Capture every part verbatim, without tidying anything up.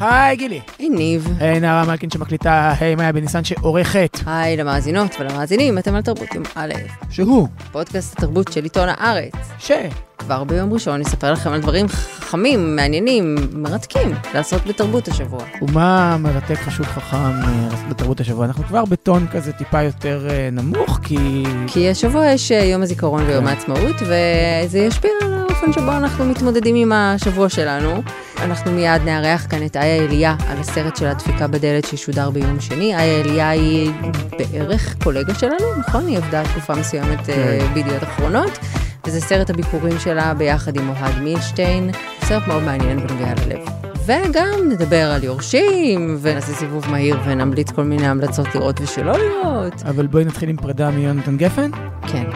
היי גילי. היי ניב. היי נערה מלכין שמקליטה, היי מאיה בניסן שעורכת. היי למאזינות ולמאזינים, אתם על תרבות עם א'. שהוא? פודקאסט התרבות של עיתון הארץ. ש? כבר ביום ראשון נספר לכם על דברים חכמים, מעניינים, מרתקים, לעשות בתרבות השבוע. ומה מרתק חשוב חכם לעשות בתרבות השבוע? אנחנו כבר בטון כזה טיפה יותר נמוך, כי... כי השבוע יש יום הזיכרון ויום העצמאות, וזה ישפיע על האופן שבו אנחנו מתמודדים עם השבוע שלנו. אנחנו מיד נארח כאן את איה אליה על הסרט של הדפיקה בדלת שישודר ביום שני. איה אליה היא בערך קולגה שלנו, נכון? היא עבדה תקופה מסוימת בידיעות אחרונות. וזה סרט הביקורים שלה ביחד עם אוהד מילשטיין, סרט מאוד מעניין ונוגע ללב. וגם נדבר על יורשים, ונעשה סיבוב מהיר ונמליץ כל מיני המלצות לראות ושלא לראות. אבל בואי נתחיל עם פרידה מיונתן גפן? כן.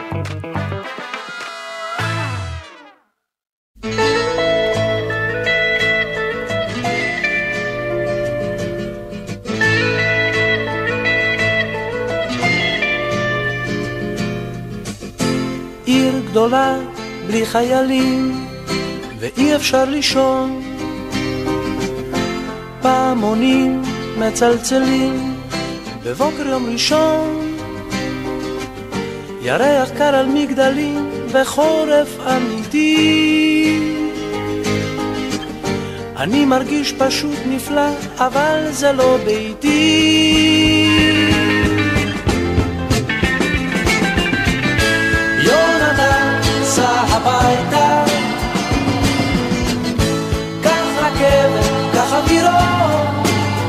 עיר גדולה בלי חיילים ואי אפשר לישון, פעמונים מצלצלים בבוקר יום ראשון, ירח קר על מגדלים וחורף אמיתי. אני מרגיש פשוט נפלא אבל זה לא ביתי. יונתן סע הביתה, קח רכבת, קח אווירון,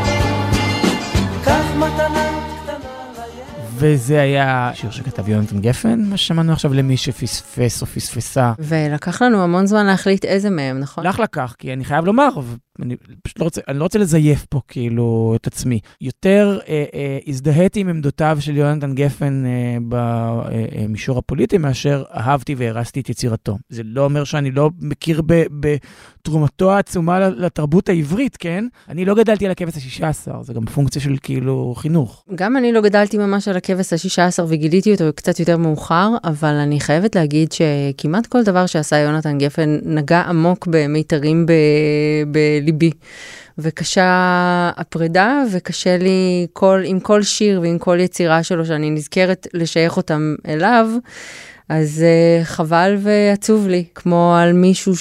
קח מתנה קטנה לילד. וזה היה שיר שכתב יונתן גפן, מה ששמענו עכשיו למי שפספס או פספסה. ולקח לנו המון זמן להחליט איזה מהם, נכון? לך לקח, כי אני חייב לומר, אני פשוט לא רוצה, אני לא רוצה לזייף פה כאילו את עצמי. יותר אה, אה, הזדהיתי עם עמדותיו של יונתן גפן אה, במישור הפוליטי, מאשר אהבתי והרסתי את יצירתו. זה לא אומר שאני לא מכיר בתרומתו העצומה לתרבות העברית, כן? אני לא גדלתי על הכבש השישה עשר, זה גם פונקציה של כאילו חינוך. גם אני לא גדלתי ממש על הכבש השישה עשר וגיליתי אותו קצת יותר מאוחר, אבל אני חייבת להגיד שכמעט כל דבר שעשה יונתן גפן נגע עמוק במיתרים ב... בליבי. וקשה הפרידה, וקשה לי כל, עם כל שיר ועם כל יצירה שלו שאני נזכרת לשייך אותם אליו, אז uh, חבל ועצוב לי, כמו על מישהו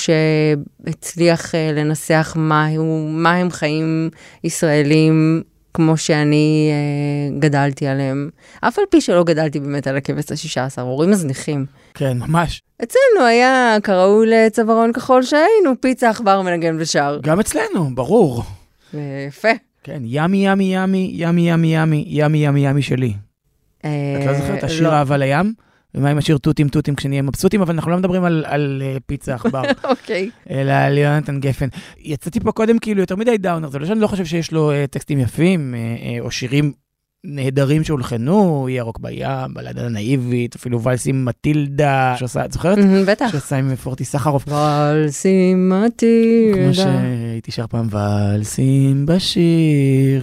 שהצליח uh, לנסח מהו, מה הם חיים ישראלים, כמו שאני uh, גדלתי עליהם. אף על פי שלא גדלתי באמת על הכבש השישה עשר, הורים מזניחים. כן, ממש. אצלנו היה קראו לצווארון כחול שהיינו, פיצה, עכבר, מנגן ושר. גם אצלנו, ברור. יפה. כן, ימי, ימי, ימי, ימי, ימי, ימי, ימי, ימי, ימי שלי. את לא זוכרת? השיר אהבה לים? ומה עם השיר טוטים טוטים כשנהיה מבסוטים, אבל אנחנו לא מדברים על, על uh, פיצה עכבר. אוקיי. אלא על יונתן גפן. יצאתי פה קודם כאילו יותר מדי דאונר, זה לא שאני לא חושב שיש לו uh, טקסטים יפים, uh, uh, או שירים נהדרים שהולחנו, ירוק בים, בלדה נאיבית, אפילו ולסים מטילדה, שעושה, את זוכרת? בטח. שעושה עם פורטי סחרוף. ולסים מטילדה. כמו שהייתי שר פעם, ולסים בשיר.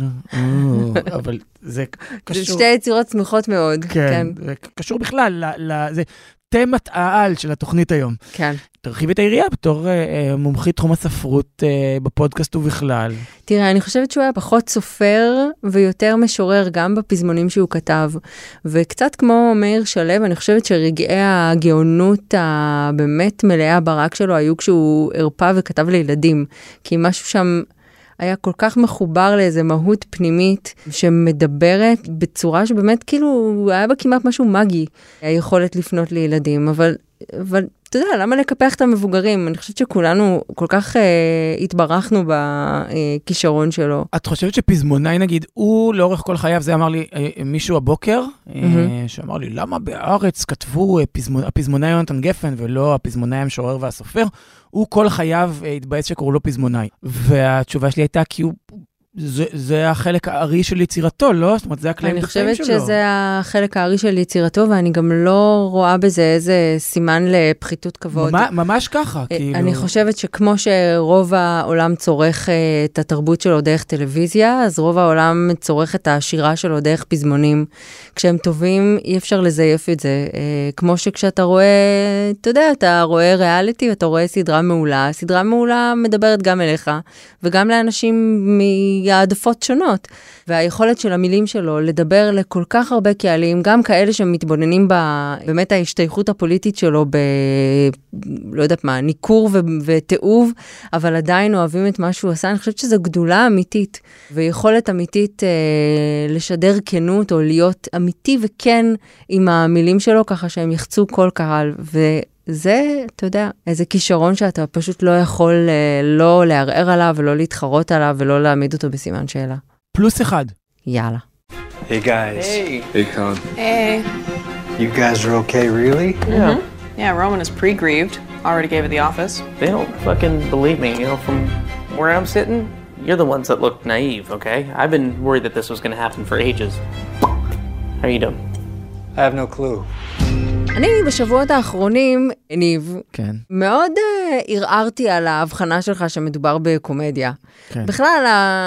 אבל זה קשור. זה שתי יצירות צמיחות מאוד. כן, זה קשור בכלל, זה תמת העל של התוכנית היום. כן. תרחיב את העירייה בתור אה, מומחית תחום הספרות אה, בפודקאסט ובכלל. תראה, אני חושבת שהוא היה פחות סופר ויותר משורר גם בפזמונים שהוא כתב. וקצת כמו מאיר שלו, אני חושבת שרגעי הגאונות הבאמת מלאה ברק שלו היו כשהוא הרפא וכתב לילדים. כי משהו שם היה כל כך מחובר לאיזו מהות פנימית שמדברת בצורה שבאמת כאילו היה בה כמעט משהו מגי, היכולת לפנות לילדים, אבל, אבל אתה יודע, למה לקפח את המבוגרים? אני חושבת שכולנו כל כך אה, התברכנו בכישרון שלו. את חושבת שפזמונאי נגיד, הוא לאורך כל חייו, זה אמר לי אה, מישהו הבוקר, mm-hmm. אה, שאמר לי, למה בארץ כתבו אה, פזמונ... הפזמונאי יונתן גפן ולא הפזמונאי המשורר והסופר? הוא כל חייו אה, התבאס שקראו לו פזמונאי. והתשובה שלי הייתה כי הוא זה, זה החלק הארי של יצירתו, לא? זאת אומרת, זה הקלעים בחיים שלו. אני חושבת שזה החלק הארי של יצירתו, ואני גם לא רואה בזה איזה סימן לפחיתות כבוד. ממש, ממש ככה, כאילו. אני חושבת שכמו שרוב העולם צורך את התרבות שלו דרך טלוויזיה, אז רוב העולם צורך את השירה שלו דרך פזמונים. כשהם טובים, אי אפשר לזייף את זה. כמו שכשאתה רואה, אתה יודע, אתה רואה ריאליטי, ואתה רואה סדרה מעולה. סדרה מעולה מדברת גם אליך, וגם לאנשים מהעדפות שונות. והיכולת של המילים שלו לדבר לכל כך הרבה קהלים, גם כאלה שמתבוננים באמת ההשתייכות הפוליטית שלו ב... לא יודעת מה, ניכור ו... ותיעוב, אבל עדיין אוהבים את מה שהוא עשה. אני חושבת שזו גדולה אמיתית, ויכולת אמיתית אה, לשדר כנות, או להיות אמיתי וכן עם המילים שלו, ככה שהם יחצו כל קהל. וזה, אתה יודע, איזה כישרון שאתה פשוט לא יכול אה, לא לערער עליו, ולא להתחרות עליו, ולא להעמיד אותו בסימן שאלה. פלוס אחד. יאללה. Hey guys. Hey. Hey Con. Hey. You guys are okay, really? Yeah. Mm-hmm. Yeah, Roman is pre-grieved. Already gave it the office. They don't fucking believe me, you know, from where I'm sitting. You're the ones that look naive, okay? I've been worried that this was going to happen for ages. How are you doing? I have no clue. אני בשבועות האחרונים, ניב, כן. מאוד uh, ערערתי על ההבחנה שלך שמדובר בקומדיה. כן. בכלל,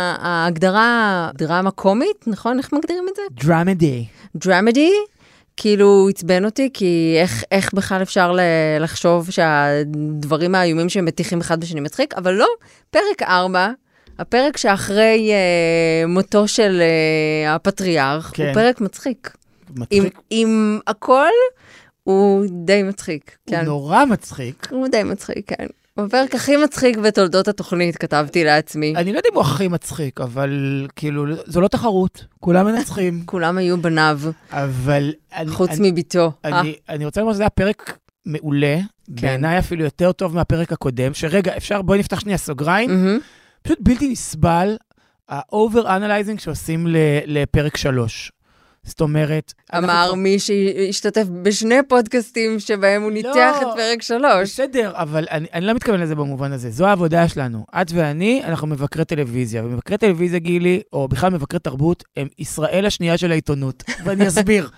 ההגדרה דרמה קומית, נכון? איך מגדירים את זה? דרמדי. דרמדי? כאילו עצבן אותי, כי איך, איך בכלל אפשר ל- לחשוב שהדברים האיומים שהם מתיחים אחד בשני מצחיק, אבל לא, פרק ארבע, הפרק שאחרי uh, מותו של uh, הפטריארך, כן. הוא פרק מצחיק. מצחיק? עם, עם הכל, הוא די מצחיק. הוא כן. נורא מצחיק. הוא די מצחיק, כן. הוא הפרק הכי מצחיק בתולדות התוכנית, כתבתי לעצמי. אני לא יודע אם הוא הכי מצחיק, אבל כאילו, זו לא תחרות. כולם מנצחים. כולם היו בניו. אבל... חוץ אני, מביתו. אני, אני רוצה לומר שזה היה פרק מעולה, כן. בעיניי אפילו יותר טוב מהפרק הקודם, שרגע, אפשר, בואי נפתח שנייה סוגריים, mm-hmm. פשוט בלתי נסבל, ה-over-analyzing שעושים לפרק שלוש. זאת אומרת... אמר מי שהשתתף בשני פודקאסטים שבהם הוא ניתח את פרק שלוש. בסדר, אבל אני, אני לא מתכוון לזה במובן הזה. זו העבודה שלנו. את ואני, אנחנו מבקרי טלוויזיה. ומבקרי טלוויזיה, גילי, או בכלל מבקרי תרבות, הם ישראל השנייה של העיתונות. ואני אסביר.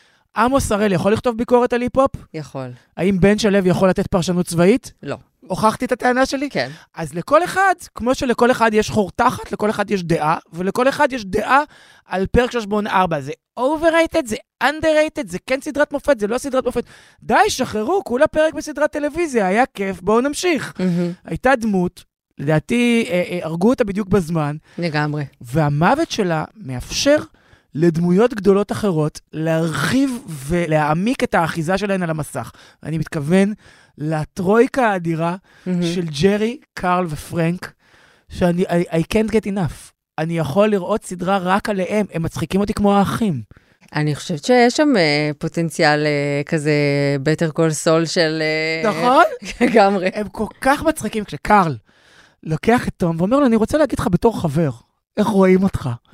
עמוס הראל יכול לכתוב ביקורת על היפ-הופ? יכול. האם בן שלו יכול לתת פרשנות צבאית? לא. הוכחתי את הטענה שלי? כן. אז לכל אחד, כמו שלכל אחד יש חור תחת, לכל אחד יש דעה, ולכל אחד יש דעה על פרק שלוש בעונה ארבע. זה overrated, זה underrated, זה כן סדרת מופת, זה לא סדרת מופת. די, שחררו, כולה פרק בסדרת טלוויזיה, היה כיף, בואו נמשיך. Mm-hmm. הייתה דמות, לדעתי, אה, אה, הרגו אותה בדיוק בזמן. לגמרי. והמוות שלה מאפשר לדמויות גדולות אחרות להרחיב ולהעמיק את האחיזה שלהן על המסך. אני מתכוון לטרויקה האדירה mm-hmm. של ג'רי, קארל ופרנק, שאני, I, I can't get enough. אני יכול לראות סדרה רק עליהם, הם מצחיקים אותי כמו האחים. אני חושבת שיש שם uh, פוטנציאל uh, כזה better call soul של... Uh, נכון? לגמרי. הם כל כך מצחיקים כשקארל לוקח את תום ואומר לו, אני רוצה להגיד לך בתור חבר, איך רואים אותך? Mm-hmm.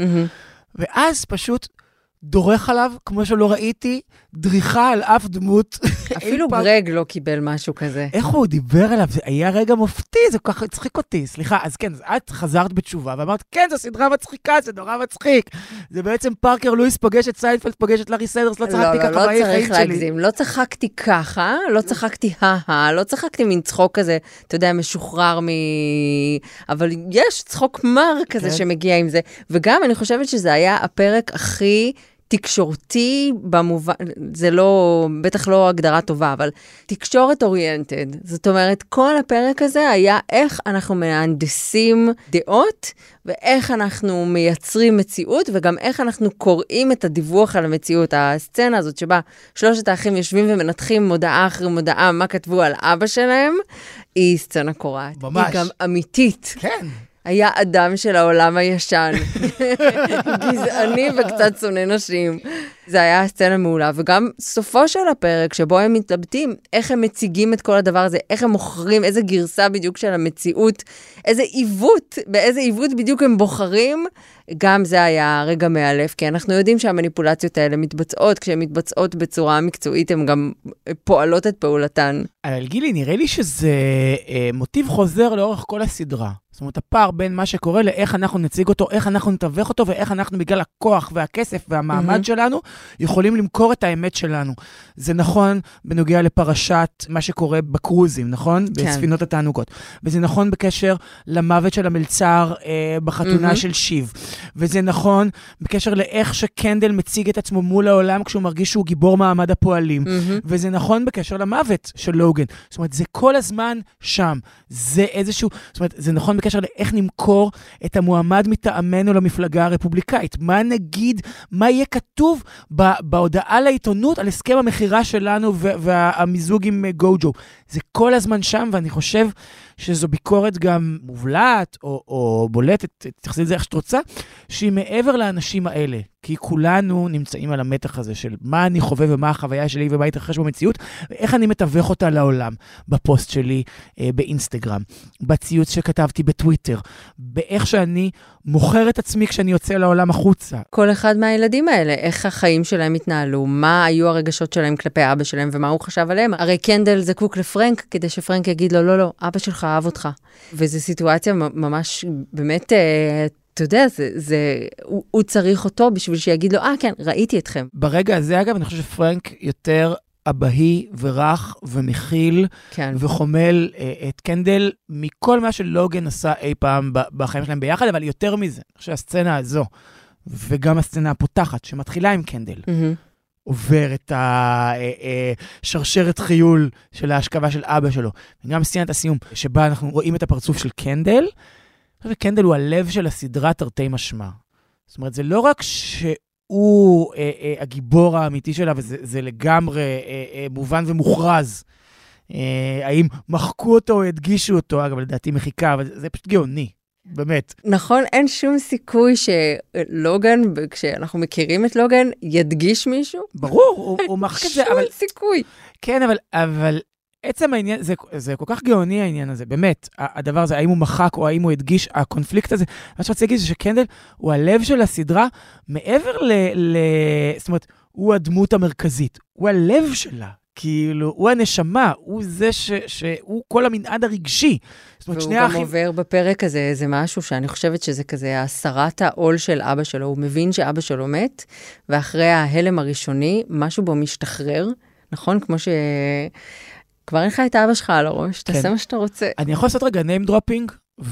ואז פשוט דורך עליו, כמו שלא ראיתי, דריכה על אף דמות. אפילו גרג לא קיבל משהו כזה. איך הוא דיבר עליו? זה היה רגע מופתי, זה כל כך הצחיק אותי. סליחה, אז כן, את חזרת בתשובה, ואמרת, כן, זו סדרה מצחיקה, זה נורא מצחיק. זה בעצם פארקר לואיס פוגש את סיינפלד, פוגש את לארי סנדרס, לא צחקתי ככה באי חיים שלי. לא, לא, לא צריך להגזים. לא צחקתי ככה, לא צחקתי הא-הא, לא צחקתי מין צחוק כזה, אתה יודע, משוחרר מ... אבל יש צחוק מר כזה שמגיע עם זה. וגם אני חושבת שזה היה הפרק הכי תקשורתי במובן, זה לא, בטח לא הגדרה טובה, אבל תקשורת אוריינטד. זאת אומרת, כל הפרק הזה היה איך אנחנו מהנדסים דעות, ואיך אנחנו מייצרים מציאות, וגם איך אנחנו קוראים את הדיווח על המציאות. הסצנה הזאת שבה שלושת האחים יושבים ומנתחים מודעה אחרי מודעה, מה כתבו על אבא שלהם, היא סצנה קורעת. ממש. היא גם אמיתית. כן. היה אדם של העולם הישן, גזעני וקצת שונא נשים. זה היה הסצנה מעולה, וגם סופו של הפרק, שבו הם מתלבטים, איך הם מציגים את כל הדבר הזה, איך הם מוכרים, איזה גרסה בדיוק של המציאות, איזה עיוות, באיזה עיוות בדיוק הם בוחרים, גם זה היה רגע מאלף, כי אנחנו יודעים שהמניפולציות האלה מתבצעות, כשהן מתבצעות בצורה מקצועית, הן גם פועלות את פעולתן. אבל גילי, נראה לי שזה אה, מוטיב חוזר לאורך כל הסדרה. זאת אומרת, הפער בין מה שקורה לאיך אנחנו נציג אותו, איך אנחנו נתווך אותו, ואיך אנחנו בגלל הכוח והכסף והמעמד mm-hmm. שלנו, יכולים למכור את האמת שלנו. זה נכון בנוגע לפרשת מה שקורה בקרוזים, נכון? כן. בספינות התענוגות. וזה נכון בקשר למוות של המלצר אה, בחתונה mm-hmm. של שיב. וזה נכון בקשר לאיך שקנדל מציג את עצמו מול העולם, כשהוא מרגיש שהוא גיבור מעמד הפועלים. Mm-hmm. וזה נכון בקשר למוות של לוגן. זאת אומרת, זה כל הזמן שם. זה איזשהו, זאת אומרת, זה נכון בקשר לאיך נמכור את המועמד מטעמנו למפלגה הרפובליקאית. מה נגיד, מה יהיה כתוב בהודעה לעיתונות על הסכם המחירה שלנו והמיזוג עם גוג'ו. זה כל הזמן שם, ואני חושב שזו ביקורת גם מובלעת, או, או בולטת, תחזי את זה איך שאת רוצה, שהיא מעבר לאנשים האלה. כי כולנו נמצאים על המתח הזה של מה אני חווה ומה החוויה שלי ומה יתרחש במציאות, ואיך אני מתווך אותה לעולם, בפוסט שלי אה, באינסטגרם, בציוץ שכתבתי בטוויטר, באיך שאני מוכר את עצמי כשאני יוצא לעולם החוצה. כל אחד מהילדים האלה, איך החיים שלהם התנהלו, מה היו הרגשות שלהם כלפי אבא שלהם ומה הוא חשב עליהם. הרי קנדל זקוק לפרנק כדי שפרנק יגיד לו, לא, לא, אבא שלך אהב אותך. וזו סיטואציה ממש באמת... אה, אתה יודע, זה, זה, הוא, הוא צריך אותו בשביל שיגיד לו, אה, כן, ראיתי אתכם. ברגע הזה, אגב, אני חושב שפרנק יותר אבהי ורך ומכיל, כן. וחומל אה, את קנדל מכל מה שלוגן עשה אי פעם בחיים שלהם ביחד, אבל יותר מזה, אני חושב שהסצנה הזו, וגם הסצנה הפותחת, שמתחילה עם קנדל, mm-hmm. עובר את השרשרת חיול של ההשכבה של אבא שלו, וגם סצנת הסיום, שבה אנחנו רואים את הפרצוף של קנדל, וקנדל הוא הלב של הסדרה תרתי משמע. זאת אומרת, זה לא רק שהוא אה, אה, הגיבור האמיתי שלה, וזה לגמרי אה, אה, מובן ומוכרז. אה, האם מחקו אותו או הדגישו אותו, אגב, לדעתי מחיקה, אבל זה פשוט גאוני, באמת. נכון, אין שום סיכוי שלוגן, כשאנחנו מכירים את לוגן, ידגיש מישהו? ברור, הוא, הוא מחק את זה, אבל... שום סיכוי. כן, אבל... אבל... עצם העניין, זה, זה כל כך גאוני העניין הזה, באמת, הדבר הזה, האם הוא מחק או האם הוא הדגיש, הקונפליקט הזה, מה שרציתי להגיד זה שקנדל הוא הלב של הסדרה, מעבר ל... ל זאת אומרת, הוא הדמות המרכזית, הוא הלב שלה, כאילו, הוא הנשמה, הוא זה ש, שהוא כל המנעד הרגשי. זאת אומרת, והוא גם האחים... עובר בפרק הזה, זה משהו שאני חושבת שזה כזה, הסרת העול של אבא שלו, הוא מבין שאבא שלו מת, ואחרי ההלם הראשוני, משהו בו משתחרר, נכון? כמו ש... כבר אין לך את האבא שלך על הראש, כן. תעשה מה שאתה רוצה. אני יכול לעשות רגע name dropping,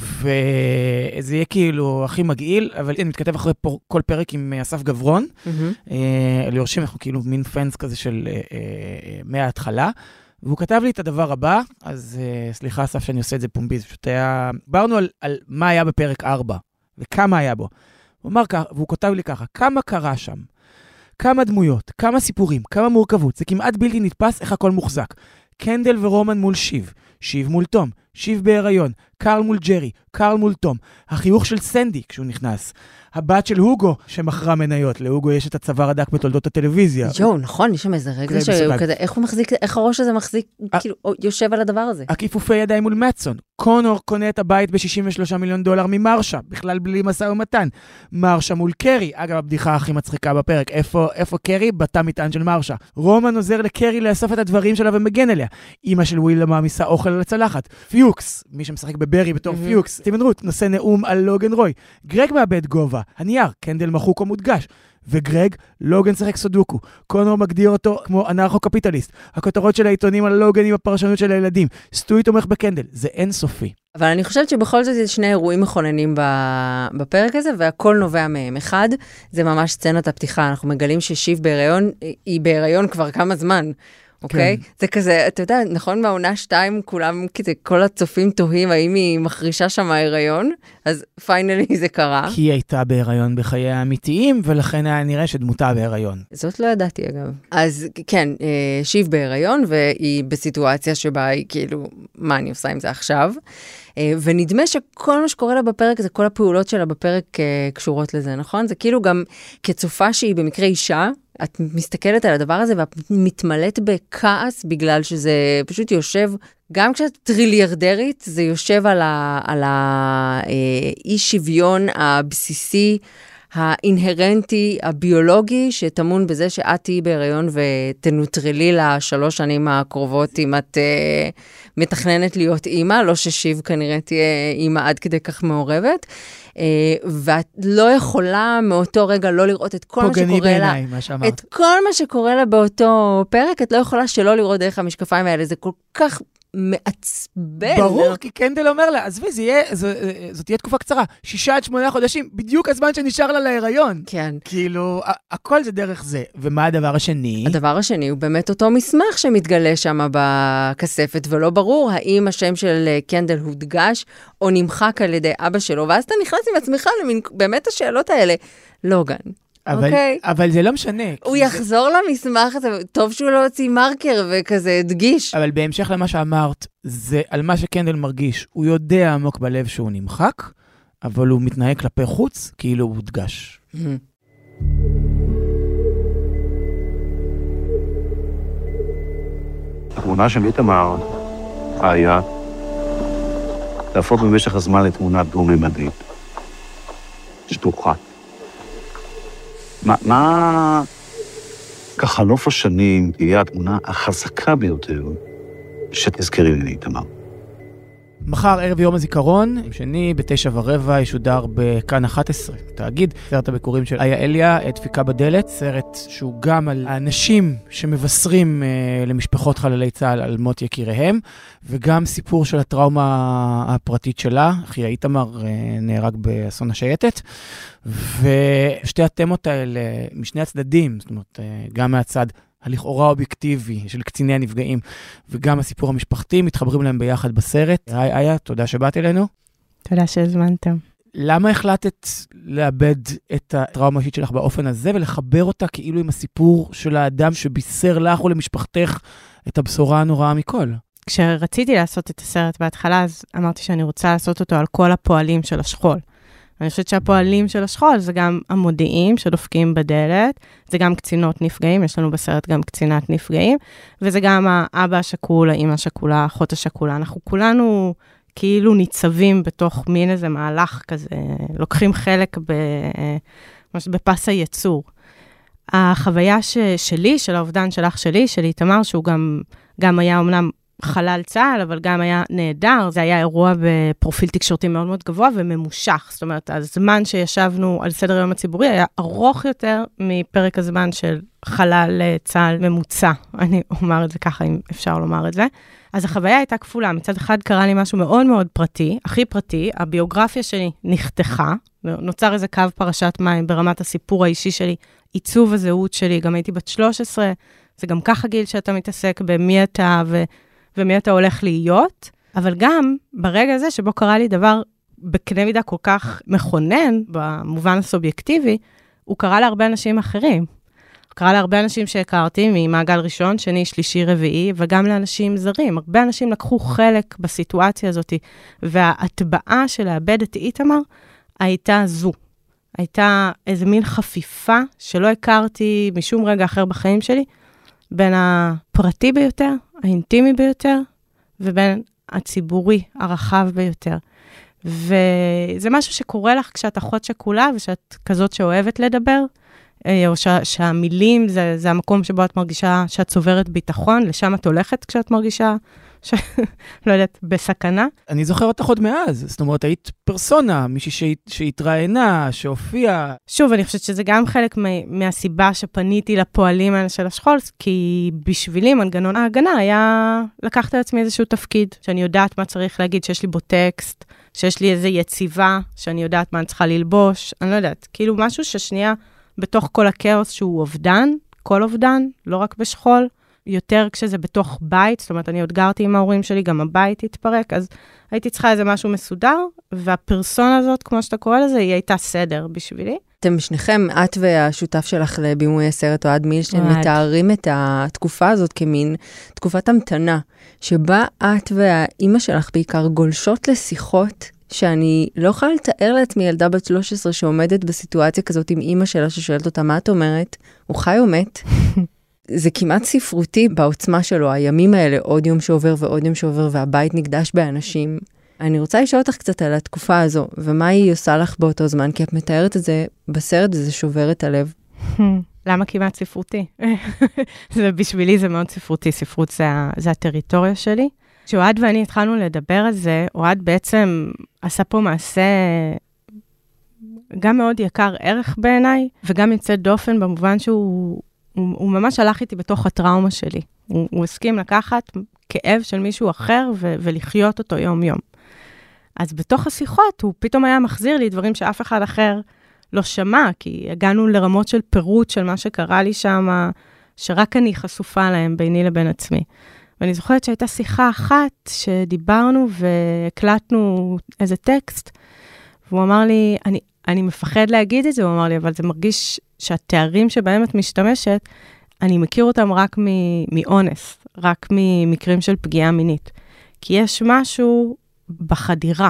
וזה יהיה כאילו הכי מגעיל, אבל אני מתכתב אחרי פור, כל פרק עם אסף גברון, mm-hmm. אה, ליורשים, אנחנו כאילו מין פנס כזה של אה, אה, מההתחלה, והוא כתב לי את הדבר הבא, אז אה, סליחה אסף שאני עושה את זה פומבי, זה פשוט היה, דיברנו על, על מה היה בפרק ארבע, וכמה היה בו. הוא אמר כך, והוא כתב לי ככה, כמה קרה שם, כמה דמויות, כמה סיפורים, כמה מורכבות, זה כמעט בלתי נתפס איך הכל מוחזק. קנדל ורומן מול שיב, שיב מול תום, שיב בהיריון, קרל מול ג'רי, קרל מול תום, החיוך של סנדי כשהוא נכנס, הבת של הוגו שמכרה מניות, להוגו יש את הצוואר הדק בתולדות הטלוויזיה. יו, נכון, יש שם איזה רגע שהוא כזה, איך הוא מחזיק, איך הראש הזה מחזיק, כאילו, יושב על הדבר הזה. הכיפופי ידיים מול מצון, קונור קונה את הבית ב-שישים ושלושה מיליון דולר ממרשה, בכלל בלי מסע ומתן. מרשה מול קרי, אגב, הבדיחה הכי מצחיקה בפרק, איפה, איפה קרי? בתא מטען של מרשה. רומן עוזר לקרי לאסוף את הדברים שלה ומגן אליה. אמא של וויל מעמיסה אוכל על הצלחת. פיוקס, מי שמשחק בברי בתור mm-hmm. פיוקס, סטיבן רוט, נושא נאום על לוגן רוי. גרג מאבד גובה, הנייר, קנדל מחוק או מודגש. וגרג, לוגן שחק סודוקו. קונור מגדיר אותו כמו אנרכו-קפיטליסט. הכותרות של העיתונים על לוגן עם הפרשנות של הילדים. סטוי תומך בקנדל. זה אינסופי. אבל אני חושבת שבכל זאת יש שני אירועים מכוננים בפרק הזה, והכל נובע מהם. אחד, זה ממש סצנת הפתיחה. אנחנו מגלים ששיב בהיריון, היא בהיריון כבר כמה זמן. אוקיי? זה כזה, אתה יודע, נכון, מהעונה שתיים, כולם, כזה, כל הצופים תוהים, האם היא מחרישה שם ההיריון, אז פיינלי זה קרה. כי היא הייתה בהיריון בחיי האמיתיים, ולכן היה נראה שדמותה בהיריון. זאת לא ידעתי, אגב. אז כן, שיב בהיריון, והיא בסיטואציה שבה היא כאילו, מה אני עושה עם זה עכשיו? ונדמה שכל מה שקורה לה בפרק, זה כל הפעולות שלה בפרק קשורות לזה, נכון? זה כאילו גם כצופה שהיא במקרה אישה, את מסתכלת על הדבר הזה ואת מתמלאת בכעס בגלל שזה פשוט יושב, גם כשאת טריליארדרית, זה יושב על האי שוויון הבסיסי האינהרנטי, הביולוגי, שתמון בזה שאת תהיי בהיריון ותנוטרלי לשלוש שנים הקרובות, אם את uh, מתכננת להיות אימא, לא ששיב כנראה תהיה אימא עד כדי כך מעורבת, uh, ואת לא יכולה מאותו רגע לא לראות את כל מה שקורה בעיניי, לה, מה שאמרת. את כל מה שקורה לה באותו פרק, את לא יכולה שלא לראות דרך המשקפיים האלה, זה כל כך מעצבן. ברור, כי קנדל אומר לה, עזבי, זאת תהיה תקופה קצרה, שישה עד שמונה חודשים, בדיוק הזמן שנשאר לה להיריון. כן. כאילו, הכל זה דרך זה. ומה הדבר השני? הדבר השני הוא באמת אותו מסמך שמתגלה שם בכספת, ולא ברור האם השם של קנדל הודגש, או נמחק על ידי אבא שלו, ואז אתה נכנס עם עצמך למין, באמת השאלות האלה, לוגן. אבל, אוקיי. אבל זה לא משנה. הוא יחזור זה... למסמך הזה, טוב שהוא לא הוציא מרקר וכזה הדגיש. אבל בהמשך למה שאמרת, זה על מה שקנדל מרגיש. הוא יודע עמוק בלב שהוא נמחק, אבל הוא מתנהג כלפי חוץ, כאילו הוא הודגש. התמונה של איתמר היה להפוך במשך הזמן לתמונה דו-ממדית, שטוחה. מה, מה כחלוף השנים תהיה התמונה החזקה ביותר שתזכרי לי איתמר? מחר ערב יום הזיכרון, יום שני בתשע ורבע ישודר בכאן אחת עשרה, תאגיד, סרט הביקורים של איה אליה, דפיקה בדלת, סרט שהוא גם על האנשים שמבשרים אה, למשפחות חללי צה"ל על מות יקיריהם, וגם סיפור של הטראומה הפרטית שלה, אחיה איתמר אה, נהרג באסון השייטת, ושתי התמות האלה משני הצדדים, זאת אומרת, אה, גם מהצד הלכאורה אובייקטיבי של קציני הנפגעים, וגם הסיפור המשפחתי, מתחברים להם ביחד בסרט. היי, איה, תודה שבאת אלינו. תודה שהזמנתם. למה החלטת לאבד את הטראומה האישית שלך באופן הזה, ולחבר אותה כאילו עם הסיפור של האדם שבישר לך או למשפחתך את הבשורה הנוראה מכל? כשרציתי לעשות את הסרט בהתחלה, אז אמרתי שאני רוצה לעשות אותו על כל הפועלים של השכול. אני חושבת שהפועלים של השכול זה גם המודיעים שדופקים בדלת, זה גם קצינות נפגעים, יש לנו בסרט גם קצינת נפגעים, וזה גם האבא השכול, האמא השכולה, האחות השכולה. אנחנו כולנו כאילו ניצבים בתוך מין איזה מהלך כזה, לוקחים חלק ב, בפס הייצור. החוויה ש, שלי, של האובדן של אח שלי, של איתמר, שהוא גם, גם היה אומנם חלל צה"ל, אבל גם היה נהדר. זה היה אירוע בפרופיל תקשורתי מאוד מאוד גבוה וממושך. זאת אומרת, הזמן שישבנו על סדר היום הציבורי היה ארוך יותר מפרק הזמן של חלל צה"ל ממוצע. אני אומר את זה ככה, אם אפשר לומר את זה. אז החוויה הייתה כפולה. מצד אחד קרה לי משהו מאוד מאוד פרטי, הכי פרטי, הביוגרפיה שלי נחתכה, נוצר איזה קו פרשת מים ברמת הסיפור האישי שלי, עיצוב הזהות שלי, גם הייתי בת שלוש עשרה, זה גם ככה גיל שאתה מתעסק במי אתה ו... ומי אתה הולך להיות, אבל גם ברגע הזה שבו קרה לי דבר בקנה מידה כל כך מכונן, במובן הסובייקטיבי, הוא קרה להרבה אנשים אחרים. הוא קרה להרבה אנשים שהכרתי ממעגל ראשון, שני, שלישי, רביעי, וגם לאנשים זרים. הרבה אנשים לקחו חלק בסיטואציה הזאת, וההטבעה של לאבד את איתמר הייתה זו. הייתה איזה מין חפיפה שלא הכרתי משום רגע אחר בחיים שלי, בין הפרטי ביותר, האינטימי ביותר, ובין הציבורי, הרחב ביותר. וזה משהו שקורה לך כשאת אחות שכולה, ושאת כזאת שאוהבת לדבר, או ש- שהמילים זה, זה המקום שבו את מרגישה שאת צוברת ביטחון, לשם את הולכת כשאת מרגישה, ש... לא יודעת, בסכנה. אני זוכר אותך עוד מאז, זאת אומרת, היית פרסונה, מישהי שהתראיינה, שהופיעה. שוב, אני חושבת שזה גם חלק מהסיבה שפניתי לפועלים האלה של השכול, כי בשבילי מנגנון ההגנה היה לקחת על עצמי איזשהו תפקיד, שאני יודעת מה צריך להגיד, שיש לי בו טקסט, שיש לי איזו יציבה, שאני יודעת מה אני צריכה ללבוש, אני לא יודעת, כאילו משהו ששנייה בתוך כל הכאוס שהוא אובדן, כל אובדן, לא רק בשכול, יותר כשזה בתוך בית, זאת אומרת, אני עוד גרתי עם ההורים שלי, גם הבית התפרק, אז הייתי צריכה איזה משהו מסודר, והפרסונה הזאת, כמו שאתה קורא לזה, היא הייתה סדר בשבילי. אתם שניכם, את והשותף שלך לבימוי הסרט, אוהד מילשטיין, מתארים את התקופה הזאת כמין תקופת המתנה, שבה את והאימא שלך בעיקר גולשות לשיחות, שאני לא יכולה לתאר לעצמי ילדה בת שלוש עשרה שעומדת בסיטואציה כזאת עם אימא שלה ששואלת אותה, מה את אומרת? הוא חי או מת? זה כמעט ספרותי בעוצמה שלו, הימים האלה, עוד יום שעובר ועוד יום שעובר, והבית נקדש באנשים אני רוצה לשאול אותך קצת על התקופה הזו, ומה היא עושה לך באותו זמן, כי את מתארת את זה בסרט, וזה שובר את הלב. למה כמעט ספרותי? זה בשבילי זה מאוד ספרותי, ספרות זה, זה הטריטוריה שלי. כשאוהד ואני התחלנו לדבר על זה, אוהד בעצם עשה פה מעשה גם מאוד יקר ערך בעיניי, וגם יוצא דופן במובן שהוא הוא, הוא ממש הלך איתי בתוך הטראומה שלי. הוא, הוא הסכים לקחת כאב של מישהו אחר ו- ולחיות אותו יום-יום. אז בתוך השיחות הוא פתאום היה מחזיר לי דברים שאף אחד אחר לא שמע, כי הגענו לרמות של פירוט של מה שקרה לי שם, שרק אני חשופה להם ביני לבין עצמי. ואני זוכרת שהייתה שיחה אחת שדיברנו והקלטנו איזה טקסט, והוא אמר לי, אני, אני מפחד להגיד את זה, הוא אמר לי, אבל זה מרגיש שהתארים שבהם את משתמשת, אני מכיר אותם רק מאונס, רק ממקרים של פגיעה מינית. כי יש משהו בחדירה.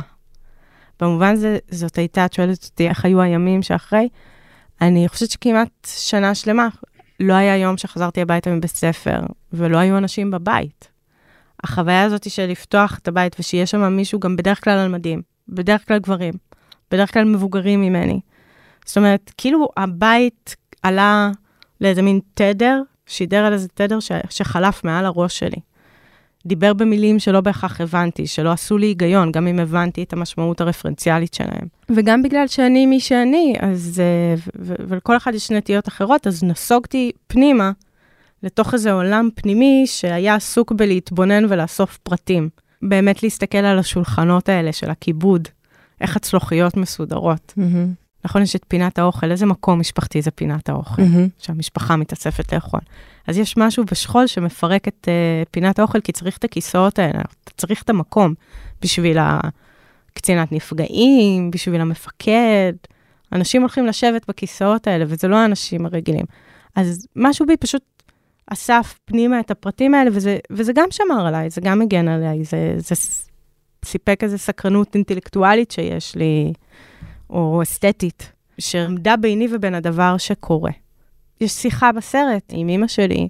במובן זה, זאת הייתה, את שואלת אותי, איך היו הימים שאחרי? אני חושבת שכמעט שנה שלמה, לא היה יום שחזרתי הביתה מבית ספר, ולא היו אנשים בבית. החוויה הזאת של לפתוח את הבית, ושיש שם מישהו גם בדרך כלל על מדים, בדרך כלל גברים, בדרך כלל מבוגרים ממני. זאת אומרת, כאילו הבית עלה לאיזה מין תדר, שידר על איזה תדר ש... שחלף מעל הראש שלי. דיבר במילים שלא בהכרח הבנתי, שלא עשו לי היגיון, גם אם הבנתי את המשמעות הרפרנציאלית שלהם. וגם בגלל שאני מי שאני, אז, ו- ו- ולכל אחד יש נטיות אחרות, אז נסוגתי פנימה לתוך איזה עולם פנימי שהיה עסוק בלהתבונן ולאסוף פרטים. באמת להסתכל על השולחנות האלה של הכיבוד, איך הצלוחיות מסודרות. Mm-hmm. נכון, יש את פינת האוכל, איזה מקום משפחתי זה פינת האוכל, mm-hmm. שהמשפחה מתאספת לאכול. אז יש משהו בשכול שמפרק את uh, פינת האוכל, כי צריך את הכיסאות האלה, אתה צריך את המקום בשביל הקצינת נפגעים, בשביל המפקד. אנשים הולכים לשבת בכיסאות האלה, וזה לא האנשים הרגילים. אז משהו בי פשוט אסף פנימה את הפרטים האלה, וזה, וזה גם שמר עליי, זה גם מגן עליי, זה, זה סיפק איזו סקרנות אינטלקטואלית שיש לי, או אסתטית, שעמדה ביני ובין הדבר שקורה. יש שיחה בסרט עם אמא שלי,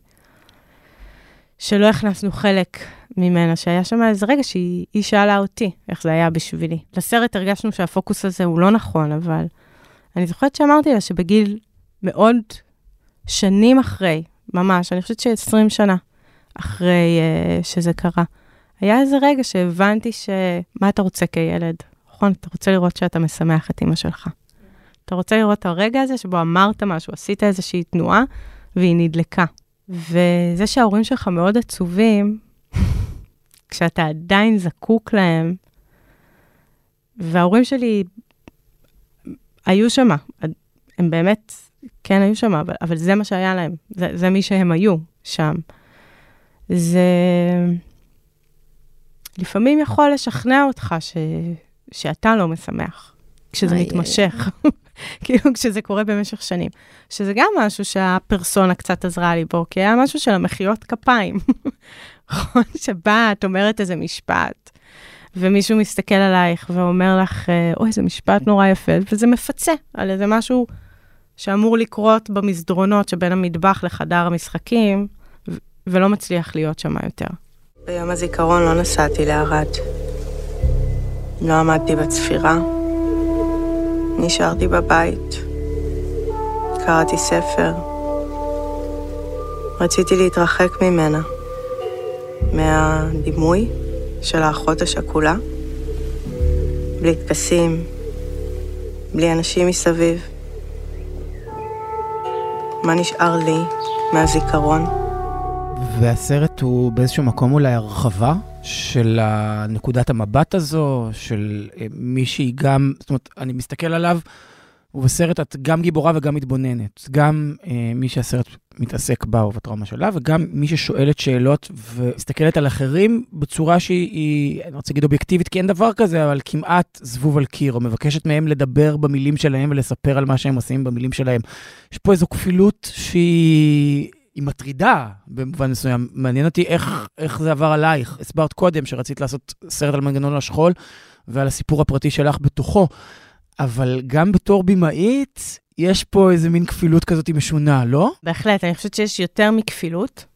שלא הכנסנו חלק ממנה, שהיה שם איזה רגע שהיא שאלה אותי, איך זה היה בשבילי. לסרט הרגשנו שהפוקוס הזה הוא לא נכון, אבל אני זוכרת שאמרתי לה שבגיל מאוד שנים אחרי, ממש, אני חושבת ש-עשרים שנה אחרי uh, שזה קרה, היה איזה רגע שהבנתי שמה אתה רוצה כילד? נכון, אתה רוצה לראות שאתה משמח את אמא שלך. אתה רוצה לראות את הרגע הזה שבו אמרת משהו, עשית איזושהי תנועה, והיא נדלקה. וזה שההורים שלך מאוד עצובים, כשאתה עדיין זקוק להם, וההורים שלי היו שם, הם באמת, כן היו שם, אבל, אבל זה מה שהיה להם, זה, זה מי שהם היו שם. זה לפעמים יכול לשכנע אותך ש... שאתה לא משמח, כשזה מתמשך, כאילו כשזה קורה במשך שנים. שזה גם משהו שהפרסונה קצת עזרה לי בו, כי היה משהו של המחיות כפיים. שבה את אומרת איזה משפט, ומישהו מסתכל עלייך ואומר לך, אוי, איזה משפט נורא יפה, וזה מפצה על איזה משהו שאמור לקרות במסדרונות שבין המטבח לחדר המשחקים, ולא מצליח להיות שם יותר. ביום הזיכרון לא נסעתי לערד. לא עמדתי בצפירה, נשארתי בבית, קראתי ספר, רציתי להתרחק ממנה, מהדימוי של האחות השכולה, בלי טקסים, בלי אנשים מסביב. מה נשאר לי מהזיכרון? והסרט הוא באיזשהו מקום אולי הרחבה של נקודת המבט הזו, של מישהי גם, זאת אומרת, אני מסתכל עליו, ובסרט את גם גיבורה וגם מתבוננת. גם אה, מי שהסרט מתעסק בה ובטראומה שלה, וגם מי ששואלת שאלות ומסתכלת על אחרים בצורה שהיא, אני רוצה להגיד אובייקטיבית, כי אין דבר כזה, אבל כמעט זבוב על קיר, או מבקשת מהם לדבר במילים שלהם ולספר על מה שהם עושים במילים שלהם. יש פה איזו כפילות שהיא... היא מטרידה במובן מסוים. מעניין אותי איך, איך זה עבר עלייך. הסברת קודם שרצית לעשות סרט על מנגנון השכול, ועל הסיפור הפרטי שלך בתוכו. אבל גם בתור בימאית, יש פה איזה מין כפילות כזאת משונה, לא? בהחלט, אני חושבת שיש יותר מכפילות.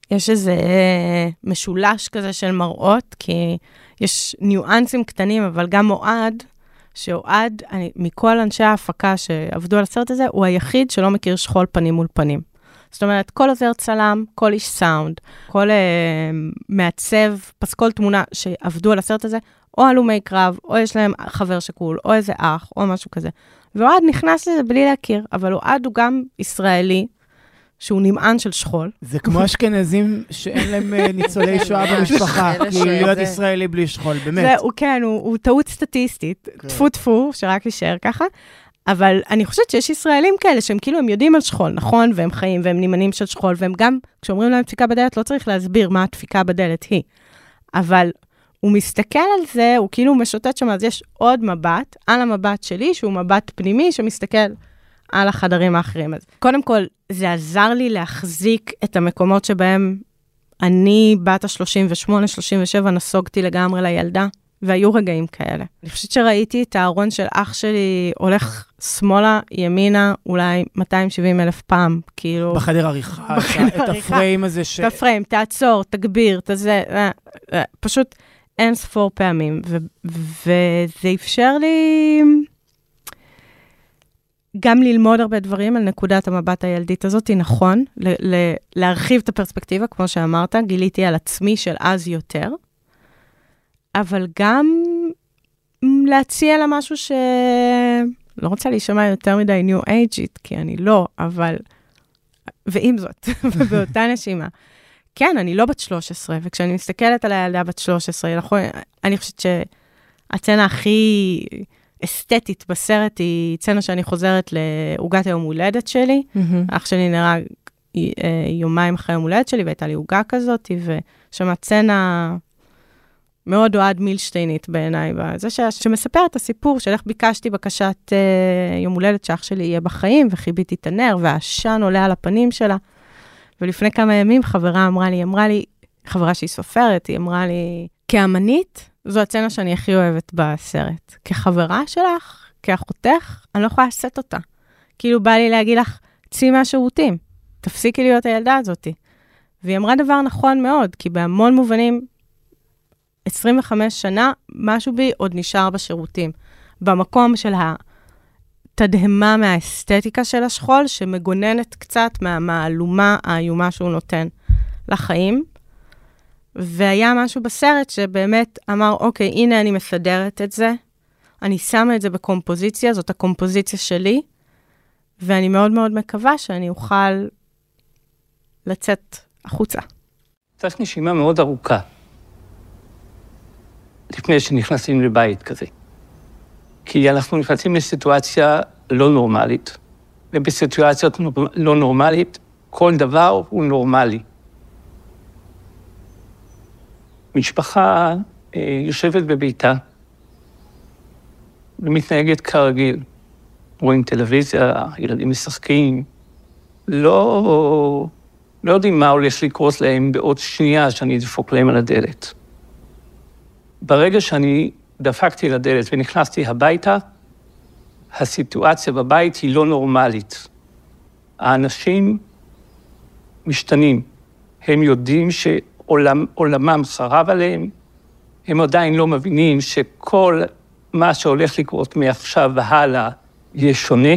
יש איזה משולש כזה של מראות, כי יש ניואנסים קטנים, אבל גם אוהד, שאוהד, אני, מכל אנשי ההפקה שעבדו על הסרט הזה, הוא היחיד שלא מכיר שכול פנים מול פנים. זאת אומרת, כל עוזר צלם, כל איש סאונד, כל אה, מעצב, פסקול תמונה שעבדו על הסרט הזה, או הלומי קרב, או יש להם חבר שקול, או איזה אח, או משהו כזה. ואוהד נכנס לזה בלי להכיר, אבל אוהד הוא גם ישראלי, שהוא נמען של שכול. זה כמו אשכנזים שאין להם ניצולי שואה במשפחה, כי להיות ישראלי בלי שכול, באמת. הוא כן, הוא טעות סטטיסטית, טפו טפו, שרק יישאר ככה, אבל אני חושבת שיש ישראלים כאלה, שהם כאילו, הם יודעים על שכול, נכון? והם חיים, והם נמענים של שכול, והם גם, כשאומרים להם דפיקה בדלת, לא צריך להסביר מה הדפיקה בדלת היא. אבל הוא מסתכל על זה, הוא כאילו משוטט שם, אז יש עוד מבט, על המבט שלי, שהוא מבט פנימי, שמסתכל על החדרים האחרים. אז קודם כל, זה עזר לי להחזיק את המקומות שבהם אני, בת ה-שלושים ושמונה שלושים ושבע, נסוגתי לגמרי לילדה, והיו רגעים כאלה. אני חושבת שראיתי את הארון של אח שלי הולך שמאלה, ימינה, אולי מאתיים ושבעים אלף פעם, כאילו... בחדר עריכה, את הפריים הזה ש... את הפריים, תעצור, תגביר, תזה, פשוט אין ספור פעמים, וזה אפשר לי... גם ללמוד הרבה דברים על נקודת המבט הילדית הזאת, נכון, ל- ל- להרחיב את הפרספקטיבה, כמו שאמרת, גיליתי על עצמי של אז יותר, אבל גם להציע לה משהו ש... לא רוצה להישמע יותר מדי ניו אייג'ית, כי אני לא, אבל... ועם זאת, ובאותה נשימה. כן, אני לא בת שלוש עשרה, וכשאני מסתכלת על הילדה בת שלוש עשרה, נכון, אני חושבת שהצנה הכי... אסתטית בסרט היא צנה שאני חוזרת לעוגת היום הולדת שלי. Mm-hmm. אח שלי נראה יומיים אחרי היום הולדת שלי, והייתה לי עוגה כזאת, ושמה צנה מאוד אוהד מילשטיינית בעיניי, זה ש... שמספר את הסיפור של איך ביקשתי בקשת uh, יום הולדת שאח שלי יהיה בחיים, וחיביתי את הנר, והעשן עולה על הפנים שלה. ולפני כמה ימים חברה אמרה לי, היא אמרה לי, חברה שהיא סופרת, היא אמרה לי, כאמנית, זו הצנה שאני הכי אוהבת בסרט. כחברה שלך, כאחותך, אני לא יכולה לשאת אותה. כאילו בא לי להגיד לך, צאי מהשירותים, תפסיקי להיות הילדה הזאת. והיא אמרה דבר נכון מאוד, כי בהמון מובנים, עשרים וחמש שנה, משהו בי עוד נשאר בשירותים. במקום של התדהמה מהאסתטיקה של השכול, שמגוננת קצת מהמעלומה האיומה שהוא נותן לחיים. והיה משהו בסרט שבאמת אמר, אוקיי, הנה אני מסדרת את זה, אני שמה את זה בקומפוזיציה, זאת הקומפוזיציה שלי, ואני מאוד מאוד מקווה שאני אוכל לצאת החוצה. צריך נשימה מאוד ארוכה, לפני שנכנסים לבית כזה. כי אנחנו נכנסים לסיטואציה לא נורמלית, ובסיטואציות לא נורמלית, כל דבר הוא נורמלי. משפחה אה, יושבת בביתה, ומתנהגת כרגיל. רואים טלוויזיה, ילדים משחקים, לא, לא יודעים מה הולך לקרות להם בעוד שנייה שאני דפוק להם על הדלת. ברגע שאני דפקתי לדלת ונכנסתי הביתה, הסיטואציה בבית היא לא נורמלית. האנשים משתנים. הם יודעים שעולמם חרב עליהם, הם עדיין לא מבינים שכל מה שהולך לקרות מעכשיו והלאה יהיה שונה.